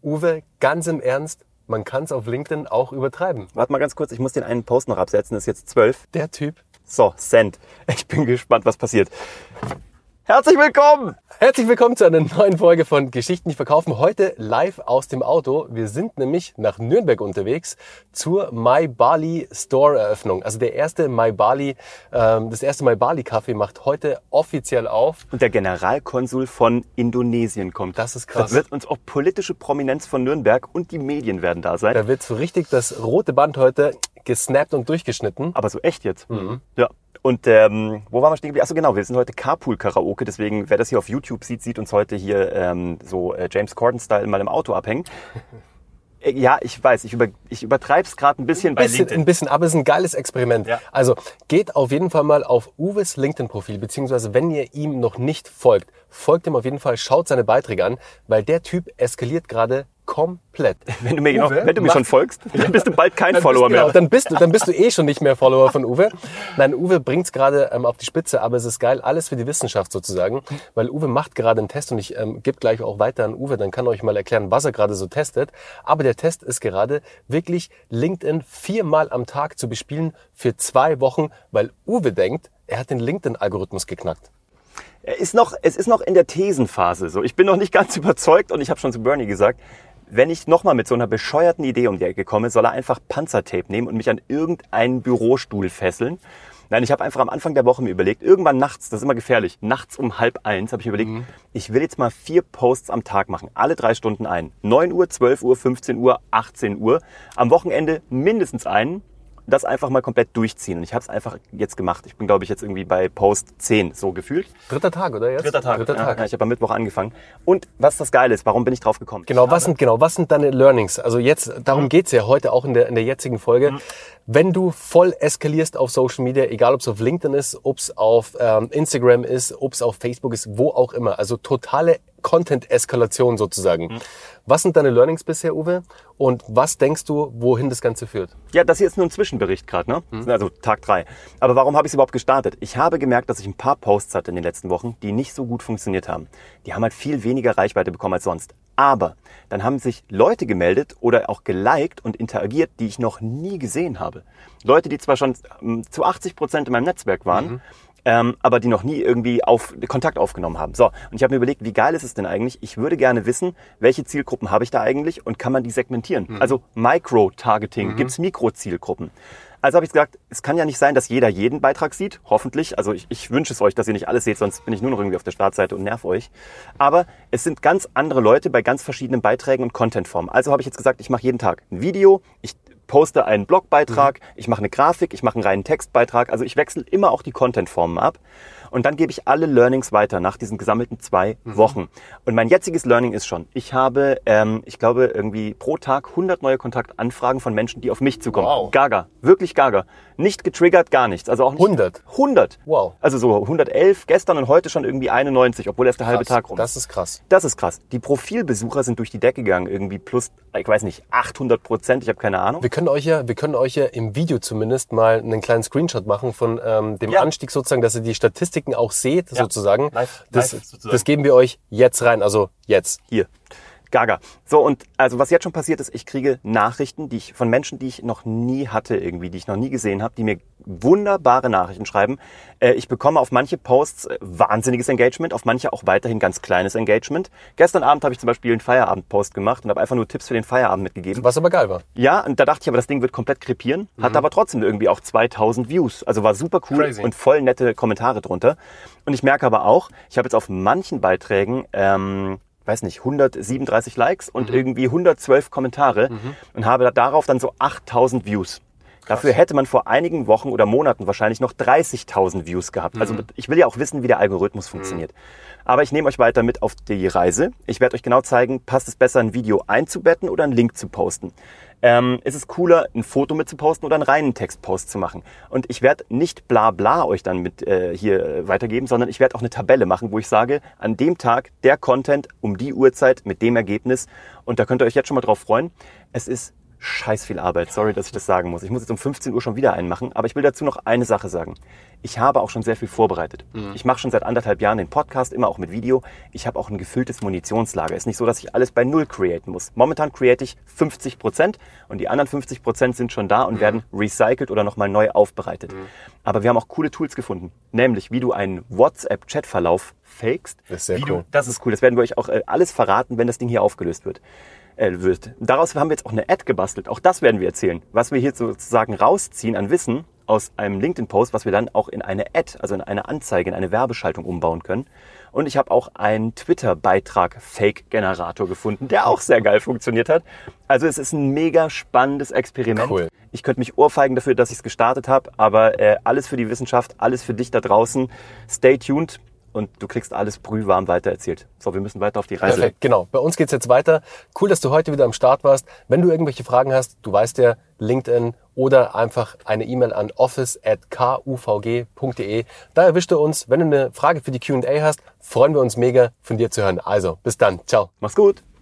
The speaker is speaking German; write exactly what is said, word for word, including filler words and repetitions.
Uwe, ganz im Ernst, man kann es auf LinkedIn auch übertreiben. Warte mal ganz kurz, ich muss den einen Post noch absetzen, das ist jetzt zwölf. Der Typ. So, Send. Ich bin gespannt, was passiert. Herzlich willkommen! Herzlich willkommen zu einer neuen Folge von Geschichten, die verkaufen. Heute live aus dem Auto. Wir sind nämlich nach Nürnberg unterwegs zur My Bali Store Eröffnung. Also der erste My Bali, ähm, das erste My Bali Café macht heute offiziell auf. Und der Generalkonsul von Indonesien kommt. Das ist krass. Da wird uns auch politische Prominenz von Nürnberg und die Medien werden da sein. Da wird so richtig das rote Band heute gesnappt und durchgeschnitten. Aber so echt jetzt? Mhm. Ja. Und ähm, wo waren wir stehen geblieben? Achso, genau, wir sind heute Carpool-Karaoke, deswegen, wer das hier auf YouTube sieht, sieht uns heute hier ähm, so äh, James Corden-Style mal im Auto abhängen. äh, ja, ich weiß, ich, über, ich übertreibe es gerade ein bisschen, Ein bisschen, bei LinkedIn. ein bisschen, aber es ist ein geiles Experiment. Ja. Also geht auf jeden Fall mal auf Uwes LinkedIn-Profil, beziehungsweise wenn ihr ihm noch nicht folgt, folgt ihm auf jeden Fall, schaut seine Beiträge an, weil der Typ eskaliert gerade komplett. Wenn du mir, noch, Uwe wenn du mir macht- schon folgst, dann bist du bald kein Dann Follower bist, genau, mehr. dann bist du, dann bist du eh schon nicht mehr Follower von Uwe. Nein, Uwe bringt's gerade ähm, auf die Spitze, aber es ist geil, alles für die Wissenschaft sozusagen, weil Uwe macht gerade einen Test und ich ähm, gebe gleich auch weiter an Uwe, dann kann er euch mal erklären, was er gerade so testet. Aber der Test ist gerade wirklich LinkedIn viermal am Tag zu bespielen für zwei Wochen, weil Uwe denkt, er hat den LinkedIn-Algorithmus geknackt. Er ist noch, es ist noch in der Thesenphase. So, ich bin noch nicht ganz überzeugt und ich habe schon zu Bernie gesagt, wenn ich nochmal mit so einer bescheuerten Idee um die Ecke komme, soll er einfach Panzertape nehmen und mich an irgendeinen Bürostuhl fesseln. Nein, ich habe einfach am Anfang der Woche mir überlegt, irgendwann nachts, das ist immer gefährlich, nachts um halb eins habe ich überlegt, mhm. ich will jetzt mal vier Posts am Tag machen, alle drei Stunden ein. neun Uhr, zwölf Uhr, fünfzehn Uhr, achtzehn Uhr. Am Wochenende mindestens einen. Das einfach mal komplett durchziehen. Und ich habe es einfach jetzt gemacht. Ich bin, glaube ich, jetzt irgendwie bei Post zehn so gefühlt. Dritter Tag, oder jetzt? Dritter Tag. Dritter Tag. Ja, ich habe am Mittwoch angefangen. Und was das Geile ist, warum bin ich drauf gekommen? Genau, Ich was habe- sind, genau, was sind deine Learnings? Also jetzt, darum geht's ja heute auch in der, in der jetzigen Folge. Mhm. Wenn du voll eskalierst auf Social Media, egal ob es auf LinkedIn ist, ob es auf ähm, Instagram ist, ob es auf Facebook ist, wo auch immer. Also totale Content-Eskalation sozusagen. Mhm. Was sind deine Learnings bisher, Uwe? Und was denkst du, wohin das Ganze führt? Ja, das hier ist nur ein Zwischenbericht gerade, ne? Mhm. Also Tag drei. Aber warum habe ich es überhaupt gestartet? Ich habe gemerkt, dass ich ein paar Posts hatte in den letzten Wochen, die nicht so gut funktioniert haben. Die haben halt viel weniger Reichweite bekommen als sonst. Aber dann haben sich Leute gemeldet oder auch geliked und interagiert, die ich noch nie gesehen habe. Leute, die zwar schon ähm, zu achtzig Prozent in meinem Netzwerk waren, Mhm. Ähm, aber die noch nie irgendwie auf Kontakt aufgenommen haben. So, und ich habe mir überlegt, wie geil ist es denn eigentlich? Ich würde gerne wissen, welche Zielgruppen habe ich da eigentlich und kann man die segmentieren? Mhm. Also Micro-Targeting, Mhm. gibt's Mikro-Zielgruppen? Also habe ich gesagt, es kann ja nicht sein, dass jeder jeden Beitrag sieht, hoffentlich. Also ich, ich wünsche es euch, dass ihr nicht alles seht, sonst bin ich nur noch irgendwie auf der Startseite und nerv euch. Aber es sind ganz andere Leute bei ganz verschiedenen Beiträgen und Contentformen. Also habe ich jetzt gesagt, ich mache jeden Tag ein Video, ich poste einen Blogbeitrag, mhm. ich mache eine Grafik, ich mache einen reinen Textbeitrag. Also ich wechsle immer auch die Contentformen ab. Und dann gebe ich alle Learnings weiter nach diesen gesammelten zwei mhm. Wochen. Und mein jetziges Learning ist schon, ich habe, ähm, ich glaube, irgendwie pro Tag hundert neue Kontaktanfragen von Menschen, die auf mich zukommen. Wow. Gaga, wirklich gaga. Nicht getriggert, gar nichts. Also auch nicht hundert? hundert. Wow. Also so hundertelf gestern und heute schon irgendwie einundneunzig, obwohl erst der halbe Krass. Tag rum ist. Das ist krass. Das ist krass. Die Profilbesucher sind durch die Decke gegangen, irgendwie plus, ich weiß nicht, achthundert Prozent, ich habe keine Ahnung. Wir können euch ja, wir können euch ja im Video zumindest mal einen kleinen Screenshot machen von ähm, dem Ja. Anstieg sozusagen, dass ihr die Statistiken auch seht Ja. sozusagen. Live- das, live sozusagen. das geben wir euch jetzt rein, also jetzt. Hier. Gaga. So, und also was jetzt schon passiert ist, ich kriege Nachrichten, die ich von Menschen, die ich noch nie hatte irgendwie, die ich noch nie gesehen habe, die mir wunderbare Nachrichten schreiben. Äh, ich bekomme auf manche Posts äh, wahnsinniges Engagement, auf manche auch weiterhin ganz kleines Engagement. Gestern Abend habe ich zum Beispiel einen Feierabend-Post gemacht und habe einfach nur Tipps für den Feierabend mitgegeben. Was aber geil war. Ja, und da dachte ich aber, das Ding wird komplett krepieren, hat aber trotzdem irgendwie auch zweitausend Views. Also war super cool Crazy. und voll nette Kommentare drunter. Und ich merke aber auch, ich habe jetzt auf manchen Beiträgen, ähm, weiß nicht, hundertsiebenunddreißig Likes und Mhm. irgendwie hundertzwölf Kommentare Mhm. und habe darauf dann so achttausend Views. Dafür hätte man vor einigen Wochen oder Monaten wahrscheinlich noch dreißigtausend Views gehabt. Also ich will ja auch wissen, wie der Algorithmus funktioniert. Aber ich nehme euch weiter mit auf die Reise. Ich werde euch genau zeigen, passt es besser, ein Video einzubetten oder einen Link zu posten. Ähm, ist es cooler, ein Foto mit zu posten oder einen reinen Textpost zu machen? Und ich werde nicht bla bla euch dann mit äh, hier äh, weitergeben, sondern ich werde auch eine Tabelle machen, wo ich sage, an dem Tag der Content um die Uhrzeit mit dem Ergebnis. Und da könnt ihr euch jetzt schon mal drauf freuen. Es ist scheiß viel Arbeit. Sorry, dass ich das sagen muss. Ich muss jetzt um fünfzehn Uhr schon wieder einen machen, aber ich will dazu noch eine Sache sagen. Ich habe auch schon sehr viel vorbereitet. Mhm. Ich mache schon seit anderthalb Jahren den Podcast, immer auch mit Video. Ich habe auch ein gefülltes Munitionslager. Ist nicht so, dass ich alles bei Null createn muss. Momentan create ich fünfzig Prozent und die anderen fünfzig Prozent sind schon da und mhm. werden recycelt oder nochmal neu aufbereitet. Mhm. Aber wir haben auch coole Tools gefunden, nämlich wie du einen WhatsApp-Chatverlauf fakest. Das ist sehr wie cool. Du, das ist cool. Das werden wir euch auch äh, alles verraten, wenn das Ding hier aufgelöst wird. Wird. Daraus haben wir jetzt auch eine Ad gebastelt. Auch das werden wir erzählen. Was wir hier sozusagen rausziehen an Wissen aus einem LinkedIn-Post, was wir dann auch in eine Ad, also in eine Anzeige, in eine Werbeschaltung umbauen können. Und ich habe auch einen Twitter-Beitrag-Fake-Generator gefunden, der auch sehr geil funktioniert hat. Also es ist ein mega spannendes Experiment. Cool. Ich könnte mich ohrfeigen dafür, dass ich es gestartet habe, aber äh, alles für die Wissenschaft, alles für dich da draußen. Stay tuned. Und du kriegst alles brühwarm weitererzählt. So, wir müssen weiter auf die Reise. Perfekt, genau. Bei uns geht's jetzt weiter. Cool, dass du heute wieder am Start warst. Wenn du irgendwelche Fragen hast, du weißt ja, LinkedIn oder einfach eine E-Mail an office at k u v g punkt d e. Da erwischst du uns. Wenn du eine Frage für die Q und A hast, freuen wir uns mega, von dir zu hören. Also, bis dann. Ciao. Mach's gut.